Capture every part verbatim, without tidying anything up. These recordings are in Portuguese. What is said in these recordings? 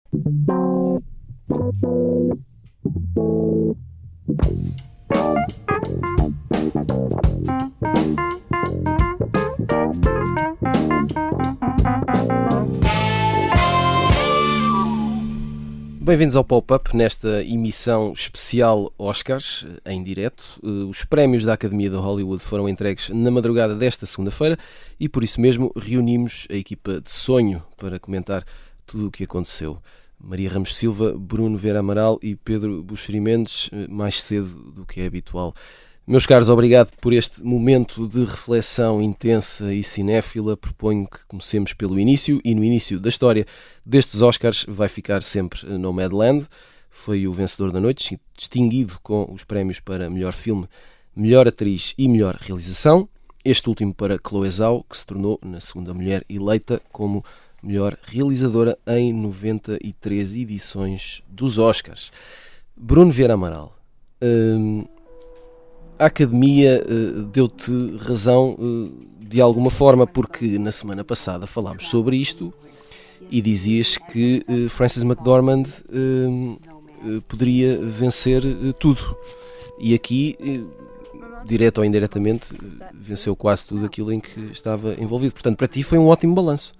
Bem-vindos ao Pop-Up, nesta emissão especial Oscars, em direto. Os prémios da Academia de Hollywood foram entregues na madrugada desta segunda-feira e por isso mesmo reunimos a equipa de sonho para comentar tudo o que aconteceu. Maria Ramos Silva, Bruno Vera Amaral e Pedro Buxeri Mendes, mais cedo do que é habitual. Meus caros, obrigado por este momento de reflexão intensa e cinéfila. Proponho que comecemos pelo início, e no início da história destes Oscars vai ficar sempre Nomadland. Foi o vencedor da noite, distinguido com os prémios para melhor filme, melhor atriz e melhor realização. Este último para Chloe Zhao, que se tornou na segunda mulher eleita como melhor realizadora em noventa e três edições dos Oscars. Bruno Vieira Amaral, hum, a Academia uh, deu-te razão uh, de alguma forma, porque na semana passada falámos sobre isto e dizias que uh, Frances McDormand uh, uh, poderia vencer uh, tudo. E aqui, uh, direto ou indiretamente, uh, venceu quase tudo aquilo em que estava envolvido. Portanto, para ti foi um ótimo balanço.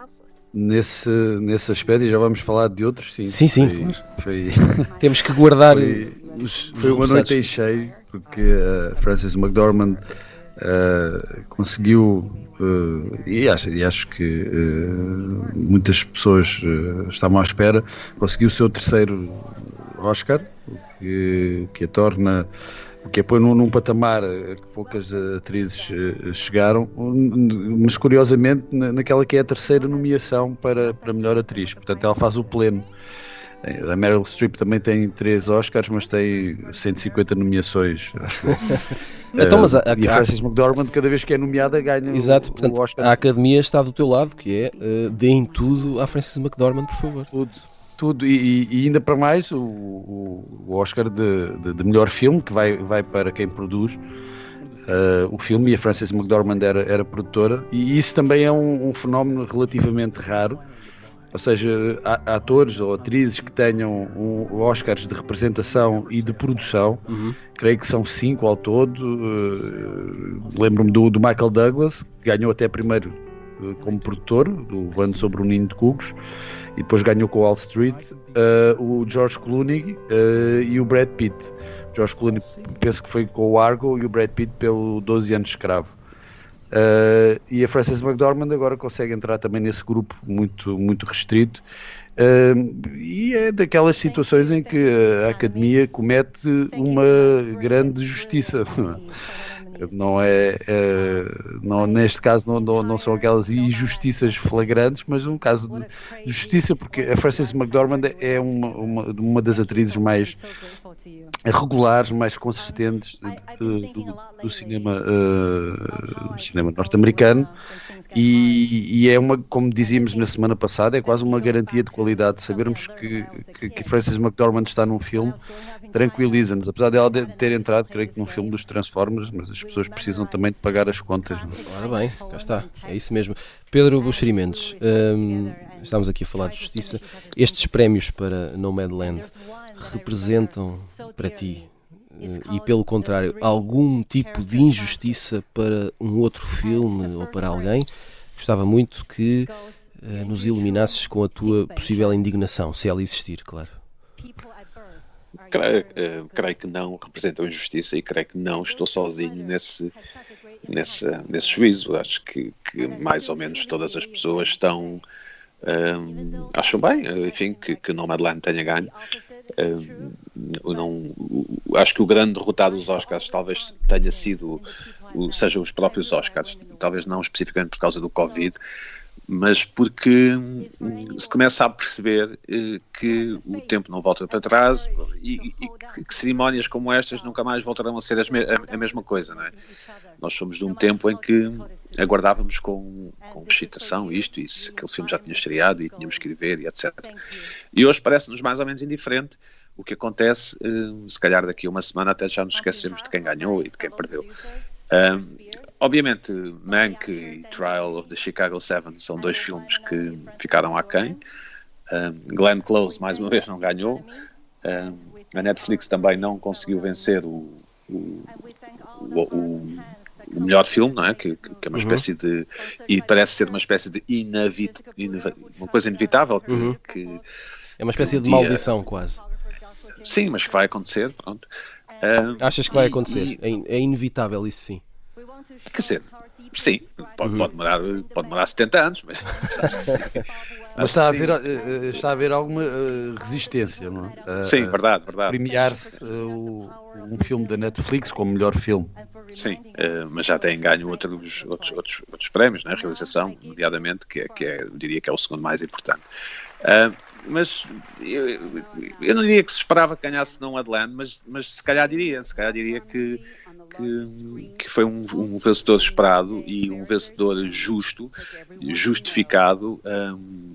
Nesse, nesse aspecto, e já vamos falar de outros, sim. Sim, sim, foi, claro. Foi, Temos que guardar foi, os, os Foi uma noite em cheio, porque a uh, Frances McDormand uh, conseguiu, uh, e, acho, e acho que uh, muitas pessoas uh, estavam à espera, conseguiu o seu terceiro Oscar, o que, que a torna... que a põe num, num patamar que poucas atrizes uh, chegaram, mas curiosamente na, naquela que é a terceira nomeação para, para melhor atriz, portanto ela faz o pleno. A Meryl Streep também tem três Oscars, mas tem cento e cinquenta nomeações, acho. Então, mas a, a, e a Frances McDormand, cada vez que é nomeada, ganha. Exato, o, portanto, o Oscar. A Academia está do teu lado, que é uh, deem tudo à Frances McDormand, por favor. Tudo. Tudo, e, e ainda para mais o, o, o Oscar de, de, de melhor filme, que vai, vai para quem produz uh, o filme, e a Frances McDormand era, era produtora, e isso também é um, um fenómeno relativamente raro, ou seja, há, atores ou atrizes que tenham um, Oscars de representação e de produção, uhum. Creio que são cinco ao todo, uh, lembro-me do, do Michael Douglas, que ganhou até primeiro como produtor, do Voando sobre o Ninho de Cucos, e depois ganhou com o Wall Street, uh, o George Clooney uh, e o Brad Pitt. O George Clooney penso que foi com o Argo e o Brad Pitt pelo doze anos de escravo. Uh, e a Frances McDormand agora consegue entrar também nesse grupo muito, muito restrito. Uh, e é daquelas situações em que a Academia comete uma grande justiça. Não é, é não, neste caso não, não, não são aquelas injustiças flagrantes, mas um caso de justiça, porque a Frances McDormand é uma, uma, uma das atrizes mais regulares, mais consistentes de, de, do, do cinema, uh, cinema norte-americano, e, e é uma, como dizíamos na semana passada, é quase uma garantia de qualidade. Sabermos que, que, que Frances McDormand está num filme tranquiliza-nos, apesar dela de ter entrado, creio que num filme dos Transformers, mas as pessoas precisam também de pagar as contas. Ora bem, cá está, é isso mesmo. Pedro Buxeri Mendes, hum, estamos aqui a falar de justiça. Estes prémios para Nomadland representam para ti, e pelo contrário, algum tipo de injustiça para um outro filme ou para alguém? Gostava muito que uh, nos iluminasses com a tua possível indignação, se ela existir, claro. Creio, uh, creio que não representam injustiça, e creio que não estou sozinho nesse, nesse, nesse juízo. Acho que, que mais ou menos todas as pessoas estão um, acham bem, enfim, que, que Nomadland tenha ganho. Um, não, acho que o grande derrotado dos Oscars talvez tenha sido o, sejam os próprios Oscars, talvez não especificamente por causa do Covid, mas porque se começa a perceber eh, que o tempo não volta para trás, e, e que, que cerimónias como estas nunca mais voltarão a ser as me- a, a mesma coisa, não é? Nós somos de um tempo em que aguardávamos com, com excitação isto, e se aquele filme já tinha estreado e tínhamos que ir ver, e etcétera. E hoje parece-nos mais ou menos indiferente o que acontece, eh, se calhar daqui a uma semana até já nos esquecemos de quem ganhou e de quem perdeu. Um, obviamente Mank e Trial of the Chicago Seven são dois filmes que ficaram aquém, Um, Glenn Close, mais uma vez, não ganhou. Um, a Netflix também não conseguiu vencer o, o, o, o, o melhor filme, não é? Que, que é uma uhum. espécie de... E parece ser uma espécie de inevit, inev, uma coisa inevitável. Que, uhum. que, é uma espécie que de dia, maldição, quase. Sim, mas que vai acontecer, pronto. Um, Achas que vai acontecer? E, é, é inevitável, isso sim. Quer dizer, sim, pode, uhum. pode, demorar, pode demorar setenta anos, mas acho que sim. Mas está a, haver, está a haver alguma resistência, não é? Sim, a, verdade, verdade. Premiar-se uh, um filme da Netflix como melhor filme. Sim, uh, mas já têm ganho outros, outros, outros, outros prémios, né? Realização, nomeadamente, que, é, que é, eu diria que é o segundo mais importante. Uh, mas eu, eu não diria que se esperava que ganhasse não Adland, mas, mas se calhar diria, se calhar diria que, que, que foi um, um vencedor esperado e um vencedor justo, justificado, um,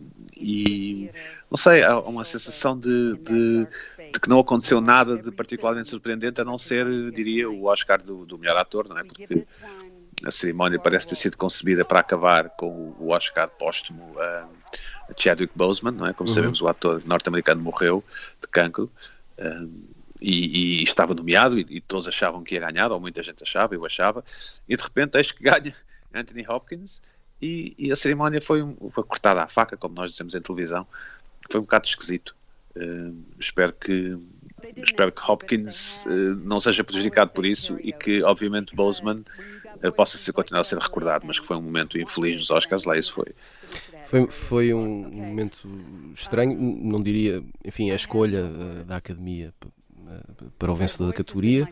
e não sei, há uma sensação de, de, de que não aconteceu nada de particularmente surpreendente, a não ser, diria, o Oscar do, do melhor ator, não é? Porque a cerimónia parece ter sido concebida para acabar com o Oscar póstumo a Chadwick Boseman, não é? Como uhum. sabemos, o ator norte-americano morreu de cancro, um, e, e estava nomeado, e, e todos achavam que ia ganhar, ou muita gente achava, eu achava, e de repente eis que ganha Anthony Hopkins, e, e a cerimónia foi, um, foi cortada à faca, como nós dizemos em televisão. Foi um bocado esquisito. Uh, espero que espero que Hopkins uh, não seja prejudicado por isso, e que obviamente Boseman uh, possa ser, continuar a ser recordado, mas que foi um momento infeliz dos Oscars, lá isso foi. Foi, foi um momento estranho, não diria, enfim, a escolha uh, da Academia uh, para o vencedor da categoria.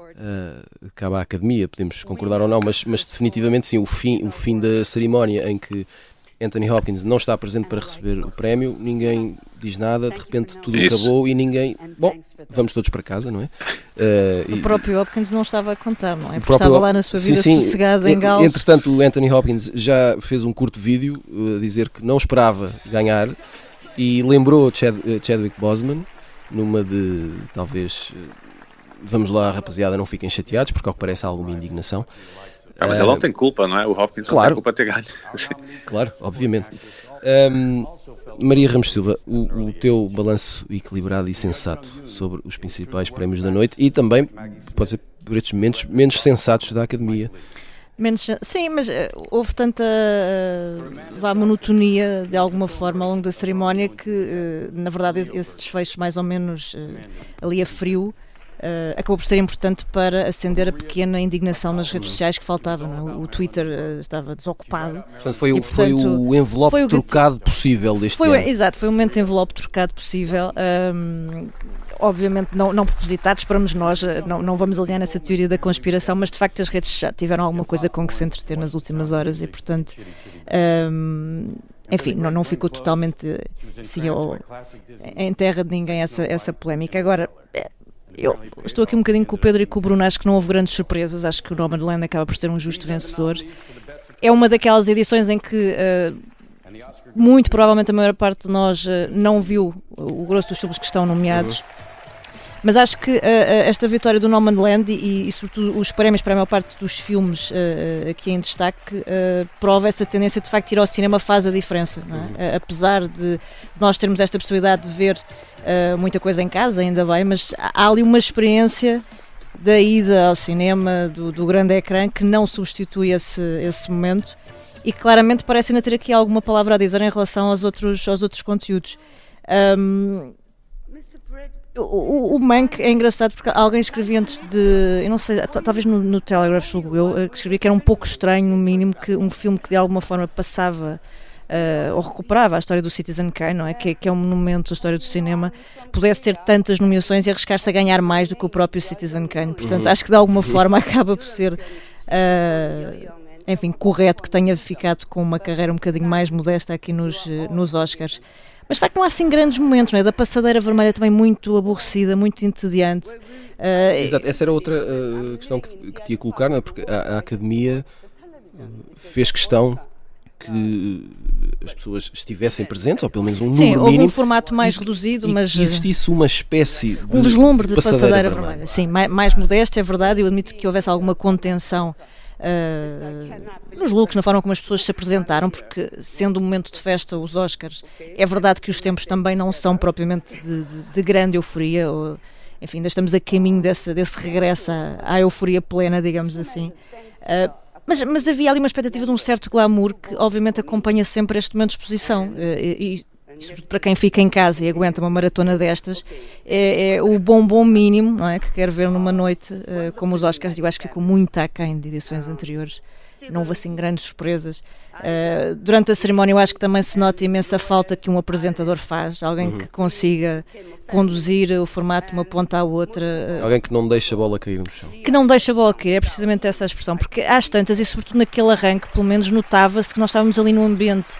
Uh, acaba a Academia, podemos concordar ou não, mas, mas definitivamente sim, o fim, o fim da cerimónia em que Anthony Hopkins não está presente para receber o prémio, ninguém diz nada, de repente tudo Isso. acabou e ninguém... Bom, vamos todos para casa, não é? Uh, o e, próprio Hopkins não estava a contar, não é? Porque estava lá na sua vida sim, sim. sossegada em Gales. Entretanto, o Anthony Hopkins já fez um curto vídeo a uh, dizer que não esperava ganhar e lembrou Chad, uh, Chadwick Boseman numa de, talvez... Uh, vamos lá, rapaziada, não fiquem chateados, porque ao que parece há alguma indignação. Ah, mas ele não tem culpa, não é? O Hopkins claro, não tem culpa de ter ganho. Claro, obviamente. Um, Maria Ramos Silva, o, o teu balanço equilibrado e sensato sobre os principais prémios da noite e também, pode ser por estes momentos, menos sensatos da Academia. Menos, sim, mas uh, houve tanta uh, monotonia de alguma forma ao longo da cerimónia que, uh, na verdade, esse desfecho mais ou menos uh, ali a frio Uh, acabou por ser importante para acender a pequena indignação nas redes sociais que faltava, não é? O Twitter uh, estava desocupado. Portanto, foi, e, o, portanto, foi o envelope foi o trocado que, possível deste foi, ano. Exato, foi o momento de envelope trocado possível. Um, obviamente não, não propositado, esperamos nós, não, não vamos alinhar nessa teoria da conspiração, mas de facto as redes já tiveram alguma coisa com que se entreter nas últimas horas e, portanto... Um, enfim, não, não ficou totalmente assim, ou, em terra de ninguém essa, essa polémica. Agora... Eu estou aqui um bocadinho com o Pedro e com o Bruno, acho que não houve grandes surpresas, acho que o Nomadland acaba por ser um justo vencedor. É uma daquelas edições em que uh, muito provavelmente a maior parte de nós uh, não viu o grosso dos filmes que estão nomeados, mas acho que uh, esta vitória do Nomadland e, e sobretudo os prémios para a maior parte dos filmes uh, aqui em destaque uh, prova essa tendência de facto ir ao cinema faz a diferença, não é? Uh, apesar de nós termos esta possibilidade de ver Uh, muita coisa em casa, ainda bem, mas há ali uma experiência da ida ao cinema, do, do grande ecrã, que não substitui esse, esse momento e claramente parece ainda ter aqui alguma palavra a dizer em relação aos outros, aos outros conteúdos. Um, o, o, o Mank é engraçado porque alguém escrevia antes de, eu não sei, talvez no, no Telegraph, julgo eu, que escrevia que era um pouco estranho, no mínimo, que um filme que de alguma forma passava Uh, ou recuperava a história do Citizen Kane, não é? Que, que é um monumento da história do cinema, pudesse ter tantas nomeações e arriscar-se a ganhar mais do que o próprio Citizen Kane. Portanto, uhum. acho que de alguma forma acaba por ser, uh, enfim, correto que tenha ficado com uma carreira um bocadinho mais modesta aqui nos, nos Oscars. Mas de facto não há assim grandes momentos, não é? Da passadeira vermelha também muito aborrecida, muito entediante. Uh, Exato, essa era outra uh, questão que, que te ia colocar, não é? Porque a, a Academia fez questão que as pessoas estivessem presentes, ou pelo menos um número Sim, mínimo. Sim, houve um formato mais e, reduzido, e mas... que existisse uma espécie de um vislumbre de passadeira, passadeira vermelha. vermelha. Sim, mais, mais modesto, é verdade, eu admito que houvesse alguma contenção uh, nos looks, na forma como as pessoas se apresentaram, porque sendo um momento de festa os Oscars, é verdade que os tempos também não são propriamente de, de, de grande euforia, ou, enfim, ainda estamos a caminho desse, desse regresso à, à euforia plena, digamos assim. Uh, mas, mas havia ali uma expectativa de um certo glamour que obviamente acompanha sempre este momento de exposição, uh, e, e sobretudo para quem fica em casa e aguenta uma maratona destas, é, é o bombom mínimo, não é, que quer ver numa noite uh, como os Oscars. Eu acho que ficou muito aquém de edições anteriores, não houve assim grandes surpresas. Uh, durante a cerimónia eu acho que também se nota imensa falta que um apresentador faz, alguém uhum. que consiga conduzir o formato de uma ponta à outra. Uh, alguém que não deixa a bola cair no chão. Que não deixa a bola cair, é precisamente essa a expressão, porque às tantas, e sobretudo naquele arranque, pelo menos notava-se que nós estávamos ali num ambiente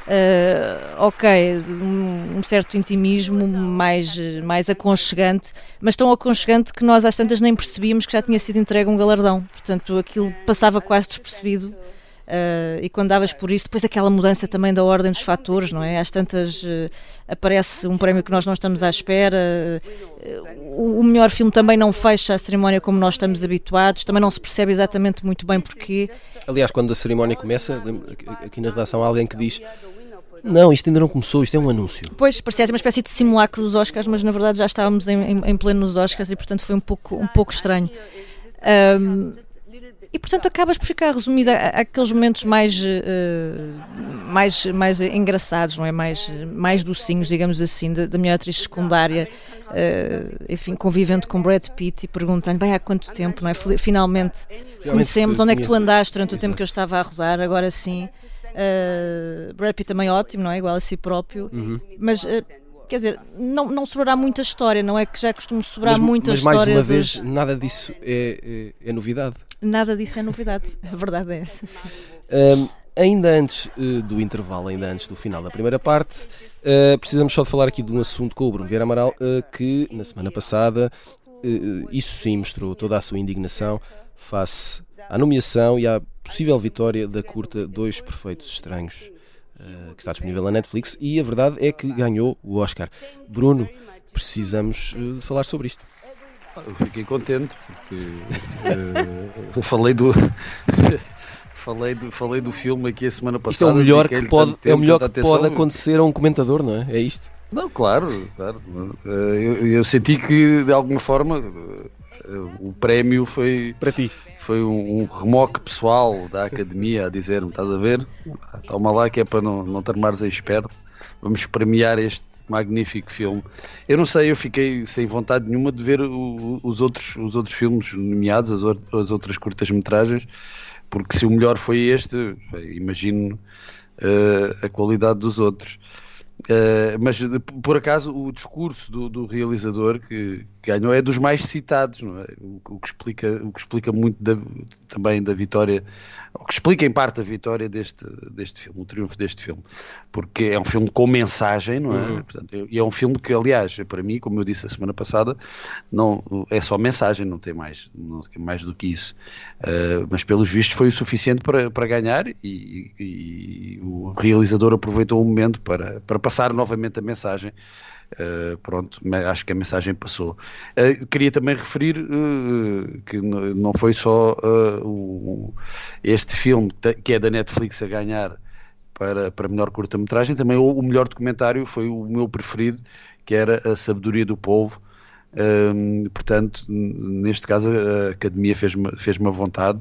Uh, ok, um, um certo intimismo mais, mais aconchegante, mas tão aconchegante que nós às tantas nem percebíamos que já tinha sido entregue um galardão, portanto aquilo passava quase despercebido, uh, e quando davas por isso, depois aquela mudança também da ordem dos fatores, não é? Às tantas uh, aparece um prémio que nós não estamos à espera, uh, o, o melhor filme também não fecha a cerimónia como nós estamos habituados, também não se percebe exatamente muito bem porquê. Aliás, quando a cerimónia começa, aqui na redação há alguém que diz: não, isto ainda não começou, isto é um anúncio. Pois, parecia uma espécie de simulacro dos Oscars, mas na verdade já estávamos em, em, em pleno nos Oscars e portanto foi um pouco, um pouco estranho. Um, e portanto acabas por ficar resumida àqueles momentos mais, uh, mais, mais engraçados, não é? Mais, mais docinhos, digamos assim, da, da minha atriz secundária, uh, enfim, convivendo com Brad Pitt e perguntando, bem, há quanto tempo, não é? Finalmente, Finalmente conhecemos, onde é que tu andaste durante o Exato. tempo que eu estava a rodar, agora sim. Uh, Brad Pitt também ótimo, não é? Igual a si próprio, uhum. mas uh, quer dizer, não, não sobrará muita história, não é que já costumo sobrar mas, muita mas história. Mas mais uma dos... vez, nada disso é, é, é novidade. Nada disso é novidade, a verdade é essa. Sim. Um, ainda antes uh, do intervalo, ainda antes do final da primeira parte, uh, precisamos só de falar aqui de um assunto com o Bruno Vieira Amaral, uh, que na semana passada, uh, isso sim mostrou toda a sua indignação face à nomeação e à possível vitória da curta Dois Perfeitos Estranhos, uh, que está disponível na Netflix, e a verdade é que ganhou o Oscar. Bruno, precisamos uh, de falar sobre isto. Eu fiquei contente porque uh, falei do falei do falei do filme aqui a semana passada. Isto é o melhor que pode tempo, é o melhor que pode acontecer a um comentador, não é? É isto? Não, claro, claro. Eu, eu senti que de alguma forma o prémio foi para ti. Foi um, um remoque pessoal da academia a dizer-me, estás a ver? Toma lá que é para não, não te armares a esperto. Vamos premiar este magnífico filme. Eu não sei, eu fiquei sem vontade nenhuma de ver o, os, outros, os outros filmes nomeados, as, as outras curtas-metragens, porque se o melhor foi este, imagino uh, a qualidade dos outros. Uh, mas por acaso o discurso do, do realizador que, que ganhou é dos mais citados, não é? o, o, que explica, o que explica muito da, também da vitória, o que explica em parte a vitória deste, deste filme, o triunfo deste filme, porque é um filme com mensagem, não é? Uhum. Portanto, e é um filme que, aliás, para mim, como eu disse a semana passada, não, é só mensagem, não tem mais, não tem mais do que isso, uh, mas pelos vistos foi o suficiente para, para ganhar, e, e, e o realizador aproveitou o momento para, para passar novamente a mensagem. Uh, pronto, acho que a mensagem passou. Uh, queria também referir uh, que não foi só uh, o, este filme que é da Netflix a ganhar para, para melhor curta-metragem, também o, o melhor documentário foi o meu preferido, que era A Sabedoria do Povo. Uh, portanto, neste caso a Academia fez-me fez-me a vontade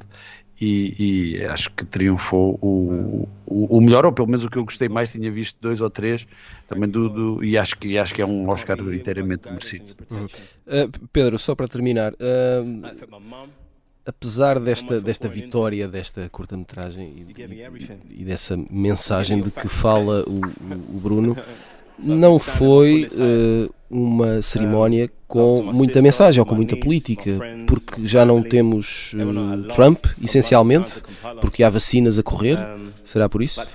e, e acho que triunfou o, o, o melhor, ou pelo menos o que eu gostei mais, tinha visto dois ou três também do, do, e acho que, acho que é um Oscar inteiramente merecido. Uhum. Uh, Pedro, só para terminar, uh, apesar desta, desta vitória, desta curta-metragem e, e, e dessa mensagem de que fala o, o Bruno, não foi uh, uma cerimónia com muita mensagem ou com muita política, porque já não temos uh, Trump, essencialmente, porque há vacinas a correr. Será por isso?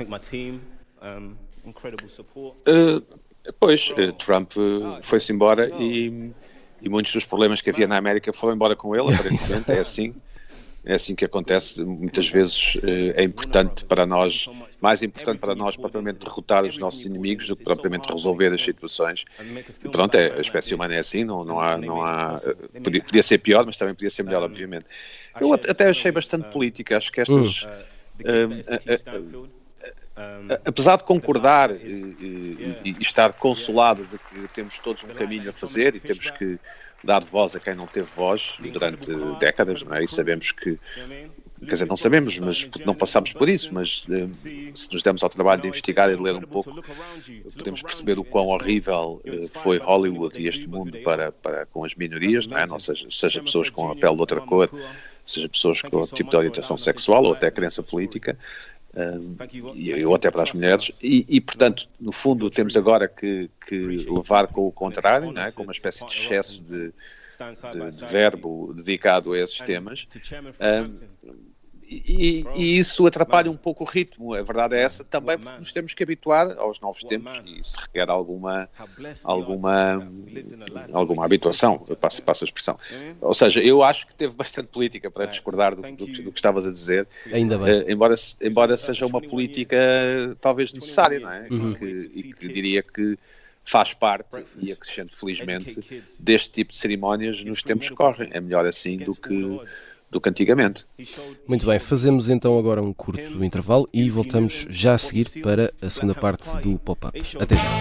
Uh, pois, uh, Trump uh, foi-se embora e, e muitos dos problemas que havia na América foram embora com ele, aparentemente, é assim. é assim que acontece. Muitas vezes é importante para nós, mais importante para nós propriamente derrotar os nossos inimigos do que propriamente resolver as situações. E pronto, é, a espécie humana é assim, não, não há, não há podia, podia ser pior, mas também podia ser melhor, obviamente. Eu até achei bastante política, acho que estas... Uh, uh, uh, uh, apesar de concordar e, e, e estar consolado de que temos todos um caminho a fazer e temos que dar voz a quem não teve voz durante décadas, não é? E sabemos que, quer dizer, não sabemos, mas porque não passámos por isso, mas se nos demos ao trabalho de investigar e de ler um pouco, podemos perceber o quão horrível foi Hollywood e este mundo para, para com as minorias, não é? Não seja, seja pessoas com a pele de outra cor, seja pessoas com outro tipo de orientação sexual ou até crença política. Um, e, ou até para as mulheres e, e portanto no fundo temos agora que, que levar com o contrário, não é? Com uma espécie de excesso de, de, de verbo dedicado a esses temas, um, e, e isso atrapalha um pouco o ritmo. A verdade é essa, também porque nos temos que habituar aos novos tempos e isso requer alguma alguma alguma habituação, passo, passo a expressão. Ou seja, eu acho que teve bastante política para discordar do, do, do que estavas a dizer. Ainda bem. Uh, embora, embora seja uma política talvez necessária, não é? Uhum. E, que, e que diria que faz parte, e acrescento felizmente, deste tipo de cerimónias nos tempos que correm. É melhor assim do que do que antigamente. Muito bem, fazemos então agora um curto intervalo e voltamos já a seguir para a segunda parte do Pop-Up. Até já.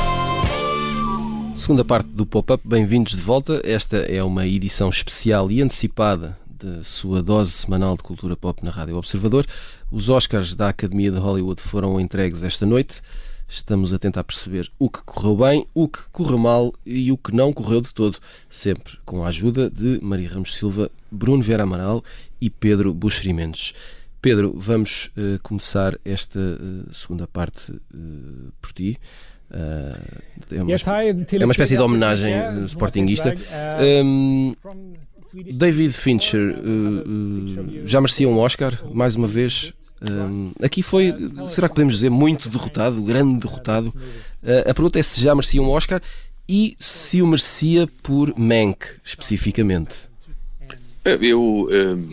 Segunda parte do Pop-Up, bem-vindos de volta. Esta é uma edição especial e antecipada da sua dose semanal de cultura pop na Rádio Observador. Os Oscars da Academia de Hollywood foram entregues esta noite. Estamos a tentar perceber o que correu bem, o que correu mal e o que não correu de todo, sempre com a ajuda de Maria Ramos Silva, Bruno Vieira Amaral e Pedro Buxeri Mendes. Pedro, vamos uh, começar esta uh, segunda parte uh, por ti. Uh, é, uma, é uma espécie de homenagem uh, sportinguista. Um, David Fincher uh, uh, já merecia um Oscar, mais uma vez. Um, aqui foi, será que podemos dizer, muito derrotado, grande derrotado. Uh, a pergunta é se já merecia um Oscar e se o merecia por Mank, especificamente. Eu um,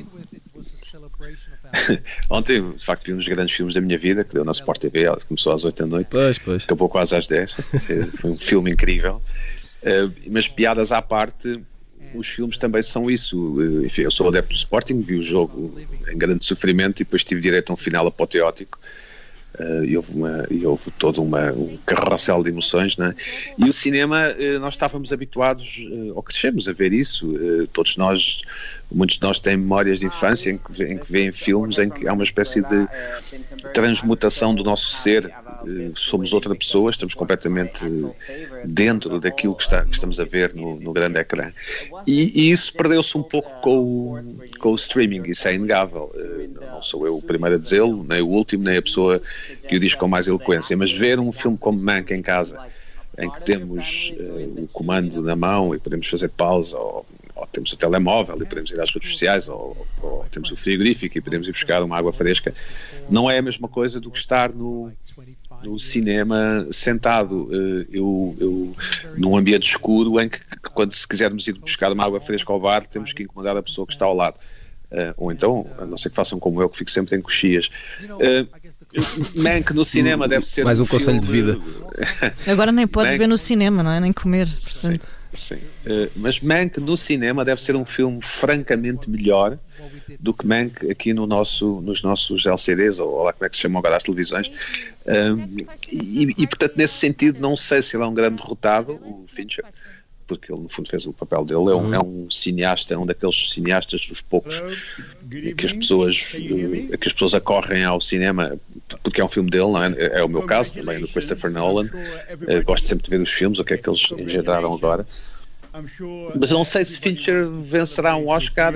ontem, de facto, vi um dos grandes filmes da minha vida, que deu na Sport T V, começou às oito da noite, pois, pois. Acabou quase às dez. Foi um filme incrível. Uh, mas piadas à parte, os filmes também são isso. Enfim, eu sou adepto do Sporting, vi o jogo em grande sofrimento e depois tive direito a um final apoteótico. Uh, e houve, uma, e houve todo uma, um carrossel de emoções, né? E o cinema, uh, nós estávamos habituados, uh, ou crescemos a ver isso. Uh, todos nós, muitos de nós têm memórias de infância em que, em que veem filmes em que há uma espécie de transmutação do nosso ser. Uh, somos outra pessoa, estamos completamente dentro daquilo que, está, que estamos a ver no, no grande ecrã. E, e isso perdeu-se um pouco com o, com o streaming, isso é inegável. Uh, não sou eu o primeiro a dizê-lo, nem o último, nem a pessoa que o diz com mais eloquência, mas ver um filme como Mank em casa, em que temos uh, o comando na mão e podemos fazer pausa, ou, ou temos o telemóvel e podemos ir às redes sociais, ou, ou temos o frigorífico e podemos ir buscar uma água fresca, não é a mesma coisa do que estar no, no cinema sentado, uh, eu, eu, num ambiente escuro em que, que quando se quisermos ir buscar uma água fresca ao bar temos que incomodar a pessoa que está ao lado. Uh, ou então, a não ser que façam como eu, que fico sempre em coxias. Uh, Mank no cinema deve ser mais um, um conselho filme... de vida. Agora nem podes Mank... ver no cinema, não é? Nem comer. Portanto. Sim, sim. Uh, mas Mank no cinema deve ser um filme francamente melhor do que Mank aqui no nosso, nos nossos L C Ds, ou lá como é que se chamam agora as televisões. Uh, e, e portanto, nesse sentido, não sei se ele é um grande derrotado, o Fincher, porque ele no fundo fez o papel dele, é um, é um cineasta, é um daqueles cineastas dos poucos que as pessoas que as pessoas acorrem ao cinema porque é um filme dele, não é? É o meu caso, também do Christopher Nolan. Uh, gosto sempre de ver os filmes, o que é que eles engendraram agora. Mas eu não sei se Fincher vencerá um Oscar,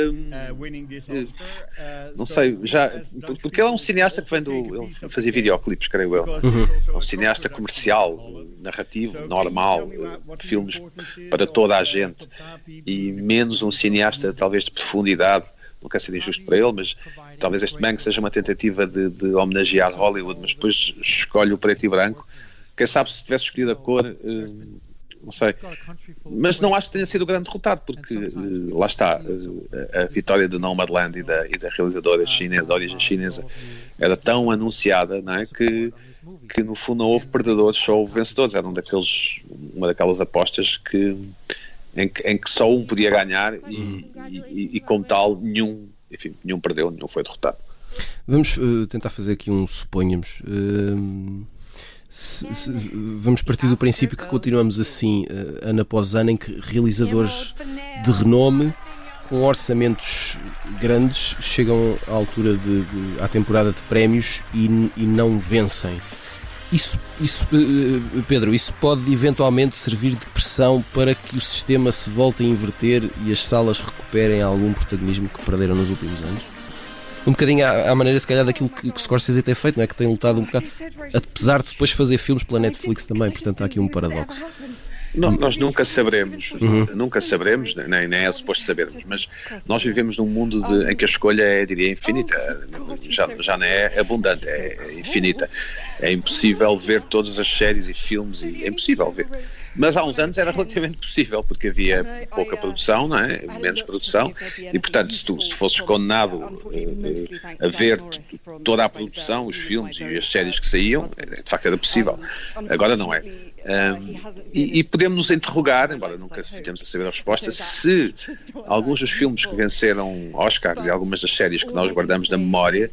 um, não sei, já, porque ele é um cineasta que vem do, ele fazia videoclipes, creio eu, uhum. É um cineasta comercial, narrativo, normal, filmes para toda a gente, e menos um cineasta talvez de profundidade. Não quero ser injusto para ele, mas talvez este Mank seja uma tentativa de, de homenagear Hollywood, mas depois escolhe o preto e branco. Quem sabe se tivesse escolhido a cor, não sei. Mas não acho que tenha sido o grande derrotado, porque uh, lá está, uh, a, a vitória do Nomadland e da, e da realizadora chinesa, de origem chinesa, era tão anunciada, não é, que, que no fundo não houve perdedores, só houve vencedores. Era um daqueles, uma daquelas apostas que, em, que, em que só um podia ganhar e, e, e como tal, nenhum, enfim, nenhum perdeu, nenhum foi derrotado. Vamos uh, tentar fazer aqui um suponhamos. Uh... Se, se, vamos partir do princípio que continuamos assim, uh, ano após ano, em que realizadores de renome, com orçamentos grandes, chegam à altura de, de, à temporada de prémios e, e não vencem. Isso, isso, uh, Pedro, isso pode eventualmente servir de pressão para que o sistema se volte a inverter e as salas recuperem algum protagonismo que perderam nos últimos anos? Um bocadinho à, à maneira, se calhar, daquilo que, que Scorsese tem feito, não é? Que tem lutado um bocado, apesar de depois fazer filmes pela Netflix também, portanto há aqui um paradoxo. Não, nós nunca saberemos, uhum. nunca saberemos, nem, nem é suposto sabermos, mas nós vivemos num mundo de, em que a escolha é, diria, infinita, já, já não é abundante, é infinita. É impossível ver todas as séries e filmes, e é impossível ver. Mas há uns anos era relativamente possível, porque havia pouca produção, não é? Menos produção, e portanto se tu, se tu fosses condenado uh, a ver toda a produção, os filmes e as séries que saíam, de facto era possível. Agora não é. Um, e, e podemos nos interrogar, embora nunca fiquemos a saber a resposta, se alguns dos filmes que venceram Oscars e algumas das séries que nós guardamos na memória,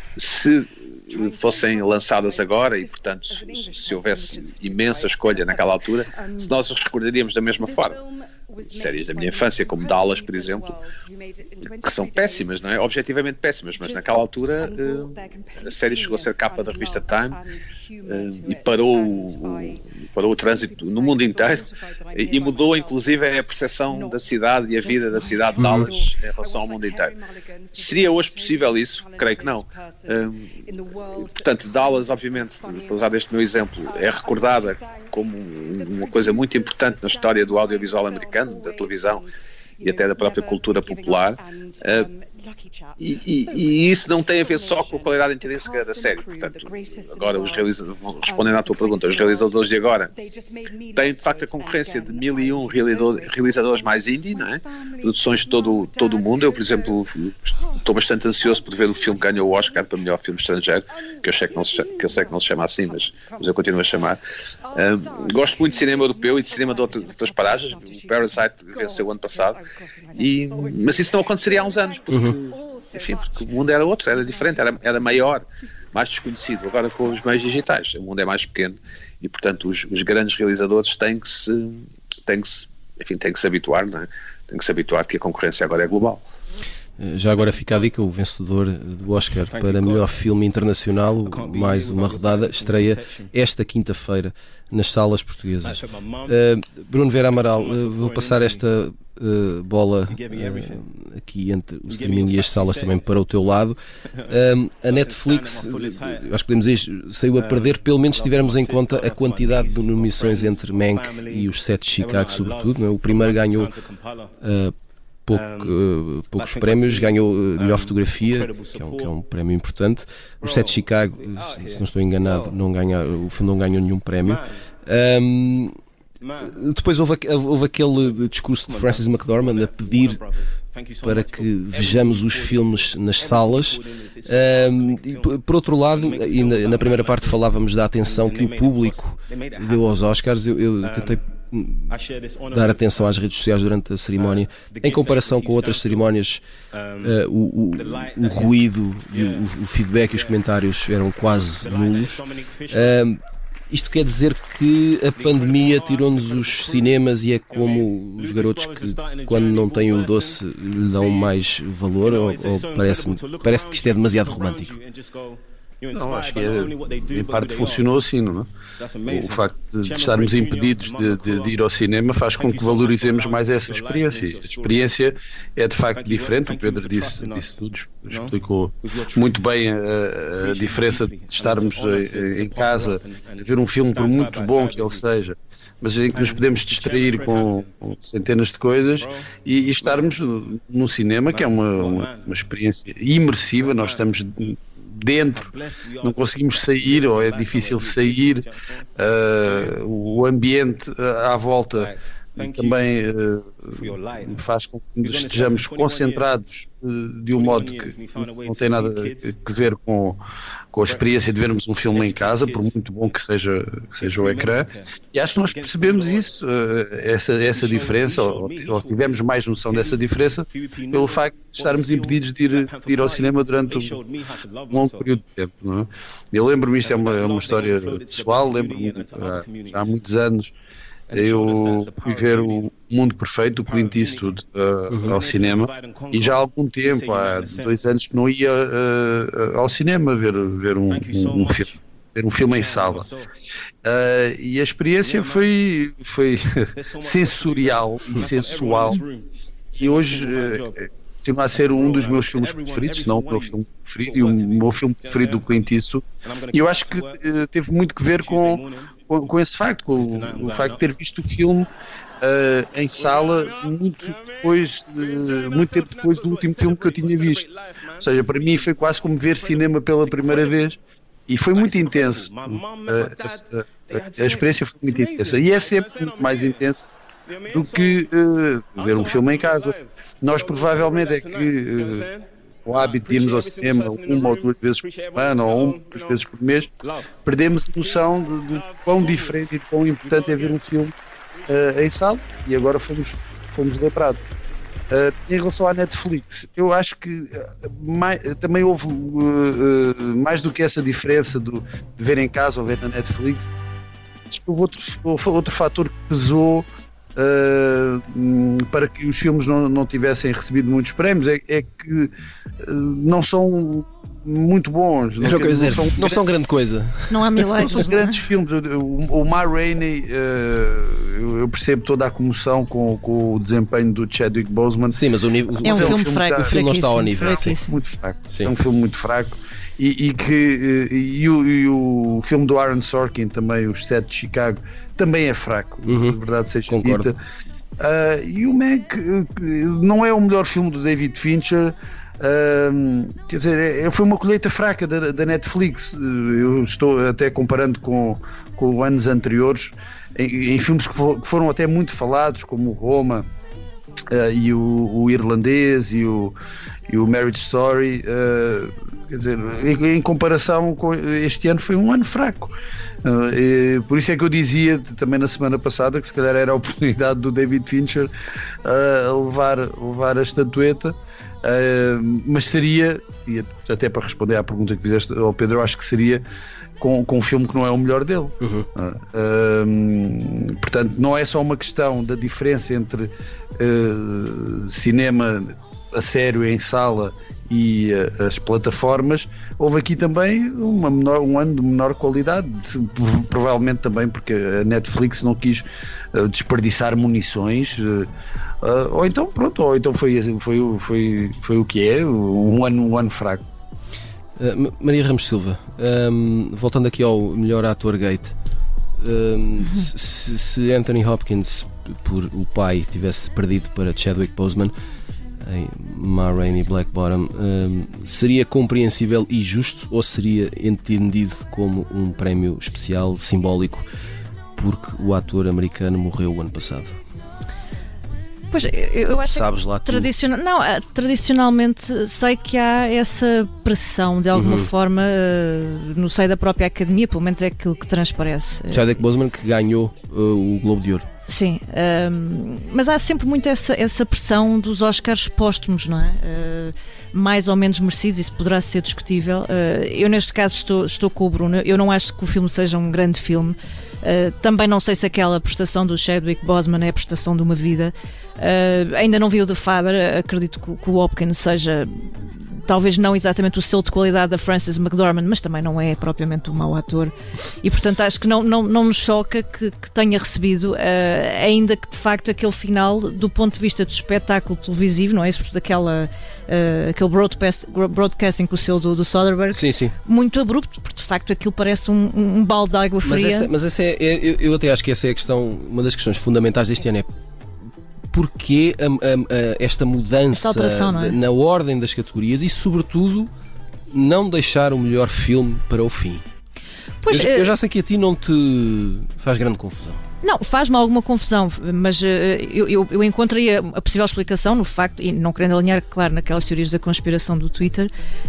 se fossem lançadas agora e, portanto, se, se houvesse imensa escolha naquela altura, se nós os recordaríamos da mesma forma. Séries da minha infância, como Dallas, por exemplo, que são péssimas, não é? Objetivamente péssimas, mas naquela altura uh, a série chegou a ser capa da revista Time uh, e parou o, parou o trânsito no mundo inteiro e, e mudou inclusive a percepção da cidade e a vida da cidade de Dallas em relação ao mundo inteiro. Seria hoje possível isso? Creio que não. Uh, portanto, Dallas, obviamente, para usar este meu exemplo, é recordada como uma coisa muito importante na história do audiovisual americano, da televisão e até da própria cultura popular, uh, e, e, e isso não tem a ver só com a qualidade intrínseca da série. Portanto, agora os realizadores, respondendo à tua pergunta, os realizadores de agora têm de facto a concorrência de mil e um realizadores mais indie, não é? Produções de todo, todo o mundo. Eu, por exemplo, estou bastante ansioso por ver o filme que ganhou o Oscar para melhor filme estrangeiro, que eu sei que não se, que eu sei que não se chama assim, mas, mas eu continuo a chamar. Uh, gosto muito de cinema europeu e de cinema de outras, de outras paragens. O Parasite venceu o ano passado, e, mas isso não aconteceria há uns anos, porque uhum. Enfim, porque o mundo era outro, era diferente, era, era maior, mais desconhecido. Agora com os meios digitais, o mundo é mais pequeno e, portanto, os, os grandes realizadores têm que se, têm que se, enfim, têm que se habituar, não é? Têm que se habituar que a concorrência agora é global. Já agora fica a dica, o vencedor do Oscar para melhor filme internacional, mais uma rodada, estreia esta quinta-feira nas salas portuguesas. Uh, Bruno Vera Amaral, uh, vou passar esta uh, bola uh, aqui entre o streaming e as salas também para o teu lado. Uh, a Netflix, uh, acho que podemos dizer, saiu a perder, pelo menos se tivermos em conta a quantidade de nomeações entre Mank e os Sete de Chicago, sobretudo. Não é? O primeiro ganhou uh, Pouco, uh, poucos prémios, ganhou uh, melhor fotografia, que é, um, que é um prémio importante. Os Sete de Chicago, se, se não estou enganado, não ganha, o filme não ganhou nenhum prémio. Um, depois houve, houve aquele discurso de Frances McDormand a pedir para que vejamos os filmes nas salas. Um, e, por outro lado, e na, na primeira parte falávamos da atenção que o público deu aos Oscars. Eu, eu tentei dar atenção às redes sociais durante a cerimónia. Em comparação com outras cerimónias, uh, o, o, o ruído e o, o feedback e os comentários eram quase nulos. Uh, isto quer dizer que a pandemia tirou-nos os cinemas e é como os garotos que, quando não têm o doce, lhe dão mais valor, ou, ou parece-me, parece que isto é demasiado romântico? Não, acho que é, em parte funcionou assim, não é? O facto de estarmos impedidos de, de, de ir ao cinema faz com que valorizemos mais essa experiência. A experiência é de facto diferente. O Pedro disse, disse tudo, explicou muito bem a, a diferença de estarmos em casa a ver um filme, por muito bom que ele seja, mas em que nos podemos distrair com, com centenas de coisas e, e estarmos no cinema, que é uma, uma, uma experiência imersiva. Nós estamos dentro, não conseguimos sair, ou é difícil sair, uh, o ambiente à volta também uh, faz com que nos estejamos concentrados uh, de um modo que não tem nada a ver com, com a experiência de vermos um filme em casa, por muito bom que seja, que seja o ecrã, e acho que nós percebemos isso, uh, essa, essa diferença, ou, ou tivemos mais noção dessa diferença pelo facto de estarmos impedidos de ir, de ir ao cinema durante um longo período de tempo, não é? Eu lembro-me, isto é uma, é uma história pessoal, lembro-me há, já há muitos anos. Eu fui ver o Mundo Perfeito, do Clint Eastwood, uh, ao cinema, e já há algum tempo, há dois anos que não ia uh, ao cinema ver, ver um, um, um filme, ver um filme em sala. Uh, e a experiência foi, foi sensorial e sensual, e hoje uh, continua a ser um dos meus filmes preferidos, se não o meu filme preferido, e o meu filme preferido do Clint Eastwood. E eu acho que uh, teve muito que ver com Com, com esse facto, com o, o facto de ter visto o filme uh, em sala muito depois, de, muito tempo depois do último filme que eu tinha visto. Ou seja, para mim foi quase como ver cinema pela primeira vez e foi muito intenso. Uh, a, a, a experiência foi muito intensa e é sempre muito mais intensa do que uh, ver um filme em casa. Nós provavelmente é que uh, o hábito de irmos ao cinema uma ou duas vezes por semana ou uma ou duas vezes por mês, perdemos a noção de, de quão diferente e de quão importante é ver um filme uh, em sala, e agora fomos, fomos lembrados. Uh, em relação à Netflix, eu acho que uh, mais, também houve uh, uh, mais do que essa diferença do, de ver em casa ou ver na Netflix. Acho que houve outro, houve outro fator que pesou Uh, para que os filmes não, não tivessem recebido muitos prémios, é, é que uh, não são muito bons, não, não, dizer, são, não são grande coisa, não há milagres, não são grandes filmes. O, o Ma Rainey, uh, eu, eu percebo toda a comoção com, com o desempenho do Chadwick Boseman. Sim, mas o, nível, é um, filme, filme fraco, o filme não está ao nível, muito fraco. Sim. É um filme muito fraco. E, e, que, e, e, o, e o filme do Aaron Sorkin também, Os Sete de Chicago, também é fraco, uhum. De verdade seja Concordo. dita. Uh, e o Meg não é o melhor filme do David Fincher. Uh, quer dizer, é, foi uma colheita fraca da, da Netflix. Eu estou até comparando com, com anos anteriores, em, em filmes que, for, que foram até muito falados, como o Roma uh, e o, o Irlandês e o, e o Marriage Story. Uh, quer dizer, em, em comparação com este ano, foi um ano fraco. Uh, e, por isso é que eu dizia também na semana passada que se calhar era a oportunidade do David Fincher uh, levar, levar a estatueta, uh, mas seria, e até para responder à pergunta que fizeste ao Pedro, eu acho que seria com, com um filme que não é o melhor dele. Uhum. Uh, uh, portanto, não é só uma questão da diferença entre uh, cinema a sério em sala e uh, as plataformas. Houve aqui também uma menor, um ano de menor qualidade, provavelmente também porque a Netflix não quis uh, desperdiçar munições, uh, uh, ou então pronto, ou então foi, foi, foi, foi o que é, um ano, um ano fraco. Uh, Maria Ramos Silva, um, voltando aqui ao melhor ator gate, um, se, se Anthony Hopkins, por o pai, tivesse perdido para Chadwick Boseman em Ma Rainey Black Bottom, um, seria compreensível e justo, ou seria entendido como um prémio especial, simbólico, porque o ator americano morreu o ano passado? Pois, eu, eu acho Sabes que lá tradicional, não, tradicionalmente sei que há essa pressão de alguma uhum. forma uh, no seio da própria academia, pelo menos é aquilo que transparece. Chadwick Boseman, que ganhou uh, o Globo de Ouro. Sim, um, mas há sempre muito essa, essa pressão dos Oscars póstumos, não é? Uh, mais ou menos merecidos, isso poderá ser discutível. Uh, eu neste caso estou, estou com o Bruno, eu não acho que o filme seja um grande filme. Uh, também não sei se aquela prestação do Chadwick Boseman é a prestação de uma vida. Uh, ainda não vi o The Father, acredito que, que o Hopkins seja talvez não exatamente o selo de qualidade da Frances McDormand, mas também não é propriamente um mau ator, e portanto acho que não, não, não me choca que, que tenha recebido, uh, ainda que de facto aquele final, do ponto de vista do espetáculo televisivo, não é isso, daquela uh, aquele broadcast, broadcasting com o selo do, do Soderbergh, sim, sim. muito abrupto, porque de facto aquilo parece um, um balde de água fria. Mas, essa, mas essa é, é, eu, eu até acho que essa é a questão, uma das questões fundamentais deste ano, é porquê a, a, a, esta mudança alteração, não é? na ordem das categorias e, sobretudo, não deixar o melhor filme para o fim. Pois, eu, eu já sei que a ti não te faz grande confusão. Não, faz-me alguma confusão, mas uh, eu, eu, eu encontrei a, a possível explicação no facto, e não querendo alinhar, claro, naquelas teorias da conspiração do Twitter,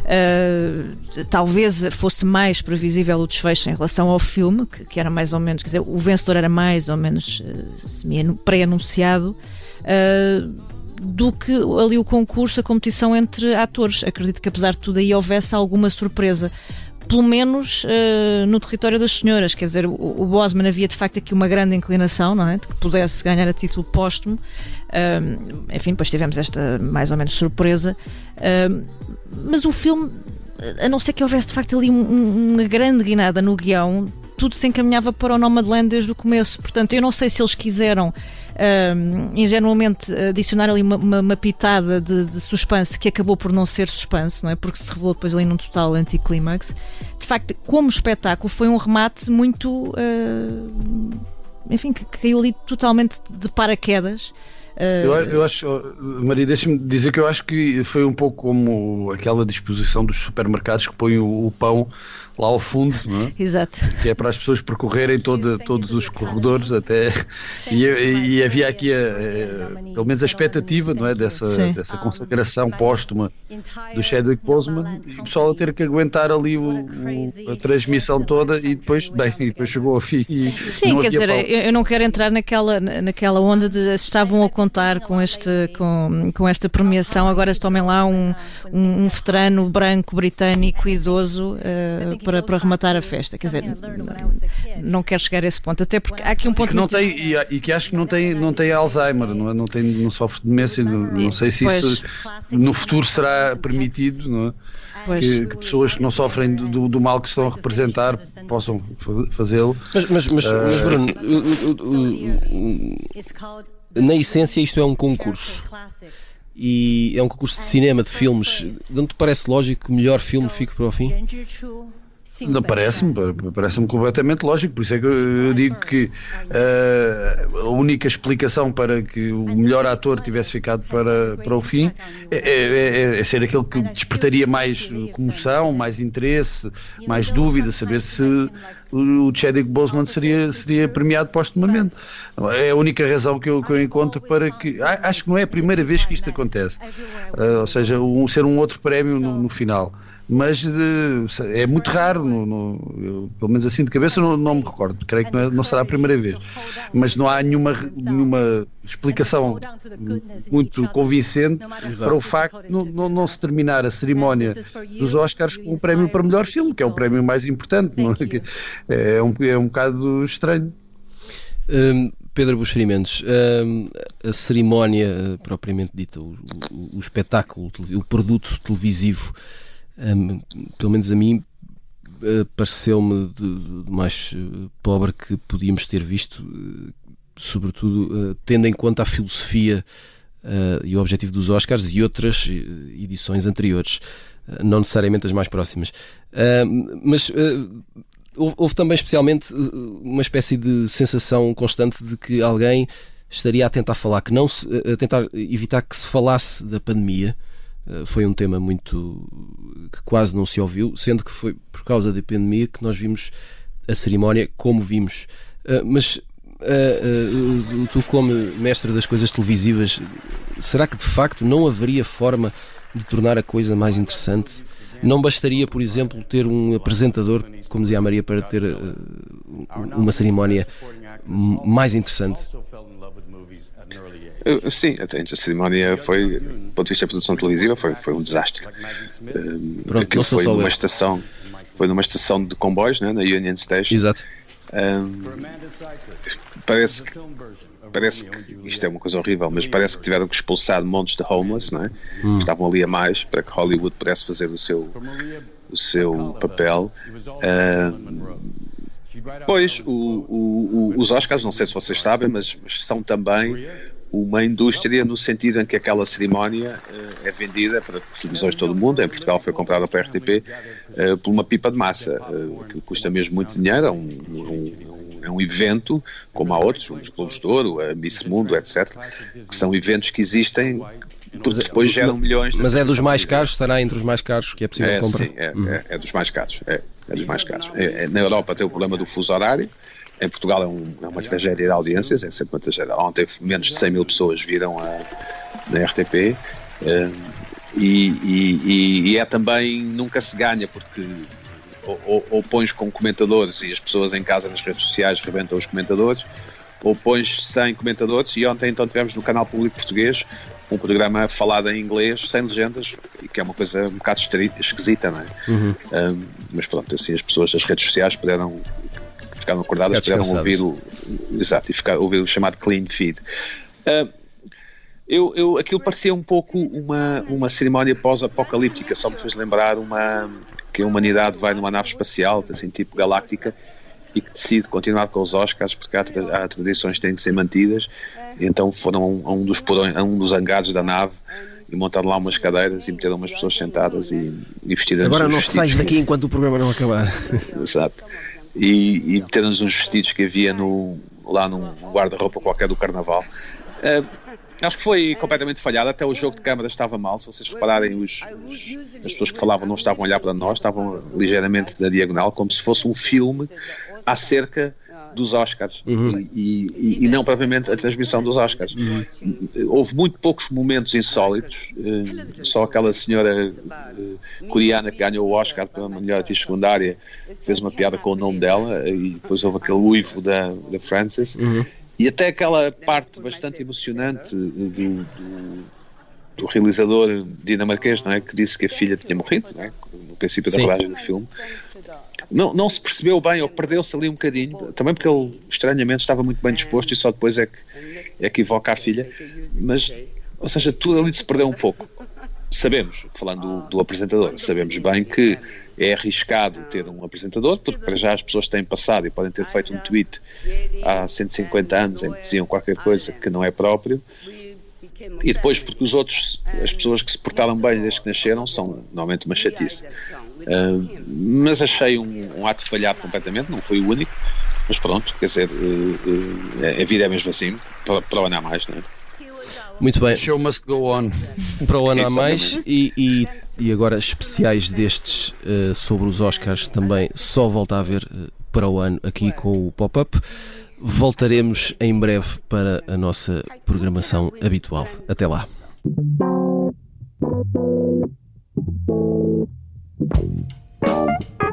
uh, talvez fosse mais previsível o desfecho em relação ao filme, que, que era mais ou menos, quer dizer, o vencedor era mais ou menos uh, pré-anunciado, uh, do que ali o concurso, a competição entre atores. Acredito que apesar de tudo aí houvesse alguma surpresa. Pelo menos uh, no território das senhoras, quer dizer, o, o Bosman havia de facto aqui uma grande inclinação, não é? De que pudesse ganhar a título póstumo. Uh, enfim, depois tivemos esta mais ou menos surpresa. Uh, mas o filme, a não ser que houvesse de facto ali um, um, uma grande guinada no guião, tudo se encaminhava para o Nomadland desde o começo. Portanto, eu não sei se eles quiseram uh, ingenuamente adicionar ali uma, uma, uma pitada de, de suspense que acabou por não ser suspense, não é? Porque se revelou depois ali num total anticlímax. De facto, como espetáculo, foi um remate muito... Uh, enfim, que, que caiu ali totalmente de paraquedas. Uh... Eu, eu acho, Maria, deixa-me dizer que eu acho que foi um pouco como aquela disposição dos supermercados que põem o, o pão lá ao fundo, não é? Exato. Que é para as pessoas percorrerem todo, todos os corredores até, e, e havia aqui a, a, pelo menos a expectativa, não é, dessa, dessa consagração póstuma do Chadwick Boseman, e o pessoal a ter que aguentar ali o, o, a transmissão toda, e depois, bem, e depois chegou ao fim e sim, quer dizer, eu, eu não quero entrar naquela, naquela onda de estavam a contar com, este, com, com esta premiação, agora tomem lá um, um, um veterano branco britânico idoso uh, Para, para rematar a festa, quer dizer, não, não quero chegar a esse ponto, até porque há aqui um ponto que não muito... tem, e, e que acho que não tem, não tem Alzheimer, não, é? não, tem, não sofre de demência, não, não sei se pois. Isso no futuro será permitido, não é? Que, que pessoas que não sofrem do, do mal que estão a representar possam fazê-lo. Mas, mas, mas, uh... mas Bruno, na essência isto é um concurso. E é um concurso de cinema, de filmes. Não te parece lógico que o melhor filme fique para o fim? Não, parece-me, parece-me completamente lógico, por isso é que eu digo que uh, a única explicação para que o melhor ator tivesse ficado para, para o fim é, é, é ser aquele que despertaria mais comoção, mais interesse, mais dúvida, saber se o Chadwick Boseman seria, seria premiado póstumamente. É a única razão que eu, que eu encontro para que... Acho que não é a primeira vez que isto acontece, uh, ou seja, um, ser um outro prémio no, no final. Mas uh, é muito raro, no, no, eu, pelo menos assim de cabeça não, não me recordo, creio que não, é, não será a primeira vez, mas não há nenhuma, nenhuma explicação muito convincente Exato. Para o facto de não, não, não se terminar a cerimónia dos Oscars com o prémio para melhor filme, que é o prémio mais importante, não é? É, um, é um bocado estranho. Um, Pedro Buxeri Mendes, um, a cerimónia propriamente dita, o, o, o espetáculo, o produto televisivo, Um, pelo menos a mim uh, pareceu-me de, de mais uh, pobre que podíamos ter visto, uh, sobretudo uh, tendo em conta a filosofia uh, e o objetivo dos Oscars e outras uh, edições anteriores, uh, não necessariamente as mais próximas, uh, mas uh, houve, houve também especialmente uh, uma espécie de sensação constante de que alguém estaria a tentar falar, que não se, a tentar evitar que se falasse da pandemia. Foi um tema muito que quase não se ouviu, sendo que foi por causa da pandemia que nós vimos a cerimónia como vimos. Mas tu, como mestre das coisas televisivas, será que de facto não haveria forma de tornar a coisa mais interessante? Não bastaria, por exemplo, ter um apresentador, como dizia a Maria, para ter uma cerimónia mais interessante? Uh, sim, até a cerimónia foi, do ponto de vista da produção televisiva, foi, foi um desastre. Uh, Pronto, aquilo foi numa estação, foi numa estação de comboios, né, na Union Station. Exato. Um, parece que, parece que isto é uma coisa horrível, mas parece que tiveram que expulsar montes de homeless, não é? Hum. Estavam ali a mais para que Hollywood pudesse fazer o seu, o seu papel. Uh, Pois, o, o, o, os Oscars, não sei se vocês sabem, mas, mas são também uma indústria no sentido em que aquela cerimónia uh, é vendida para televisões de todo o mundo. Em Portugal foi comprada para a R T P uh, por uma pipa de massa, uh, que custa mesmo muito dinheiro. É um, um, é um evento, como há outros, os Globos de Ouro, a Miss Mundo, etcétera, que são eventos que existem porque depois geram milhões de Mas é dos mais televisão. caros, estará entre os mais caros que é possível É, comprar? sim, é, é, é dos mais caros. É, é dos mais caros. É, é, na Europa tem o problema do fuso horário. Em Portugal é, um, é uma tragédia de audiências. É sempre uma tragédia. Ontem menos de cem mil pessoas viram a, na R T P. Uh, e, e, e é também, nunca se ganha, porque ou, ou, ou pões com comentadores e as pessoas em casa nas redes sociais rebentam os comentadores, ou pões sem comentadores. E ontem então tivemos no canal público português um programa falado em inglês, sem legendas, e que é uma coisa um bocado esquisita, não é? Uhum. Um, mas pronto, assim as pessoas das redes sociais puderam, ficaram acordadas, puderam ouvir o, exato, e ficar, ouvir o chamado clean feed. Uh, eu, eu, aquilo parecia um pouco uma, uma cerimónia pós-apocalíptica, só me fez lembrar uma, que a humanidade vai numa nave espacial, assim, tipo galáctica, e que decide continuar com os Oscars porque há, há tradições que têm que ser mantidas. Então foram a um dos, porões, a um dos hangares da nave e montaram lá umas cadeiras e meteram umas pessoas sentadas e, e vestidas. Agora não sais daqui enquanto o programa não acabar. Exato. E, e meteram-nos uns vestidos que havia no, lá num guarda-roupa qualquer do Carnaval. Uh, acho que foi completamente falhado. Até o jogo de câmara estava mal. Se vocês repararem, os, os, as pessoas que falavam não estavam a olhar para nós, estavam ligeiramente na diagonal, como se fosse um filme acerca dos Oscars. Uhum. e, e, e não propriamente a transmissão dos Oscars. Uhum. Houve muito poucos momentos insólitos, uh, só aquela senhora uh, coreana que ganhou o Oscar pela melhor atriz secundária fez uma piada com o nome dela, e depois houve aquele uivo da, da Frances. Uhum. E até aquela parte bastante emocionante do, do, do realizador dinamarquês, não é, que disse que a filha tinha morrido, não é, no princípio da rodagem do filme. Não, não se percebeu bem, ou perdeu-se ali um bocadinho, também porque ele estranhamente estava muito bem disposto e só depois é que, é que evoca a filha, mas, ou seja, tudo ali se perdeu um pouco. Sabemos, falando do, do apresentador, sabemos bem que é arriscado ter um apresentador, porque para já as pessoas têm passado e podem ter feito um tweet há cento e cinquenta anos em que diziam qualquer coisa que não é próprio, e depois porque os outros, as pessoas que se portaram bem desde que nasceram, são normalmente uma chatice. Uh, mas achei um, um ato falhado completamente, não foi o único, mas pronto, quer dizer, uh, uh, a vida é mesmo assim, para, para o ano há mais, não é? Muito bem. Show must go on. Para o ano há mais, e, e, e agora especiais destes uh, sobre os Oscars também só volta a haver uh, para o ano aqui com o Pop-Up. Voltaremos em breve para a nossa programação habitual. Até lá. Thank you.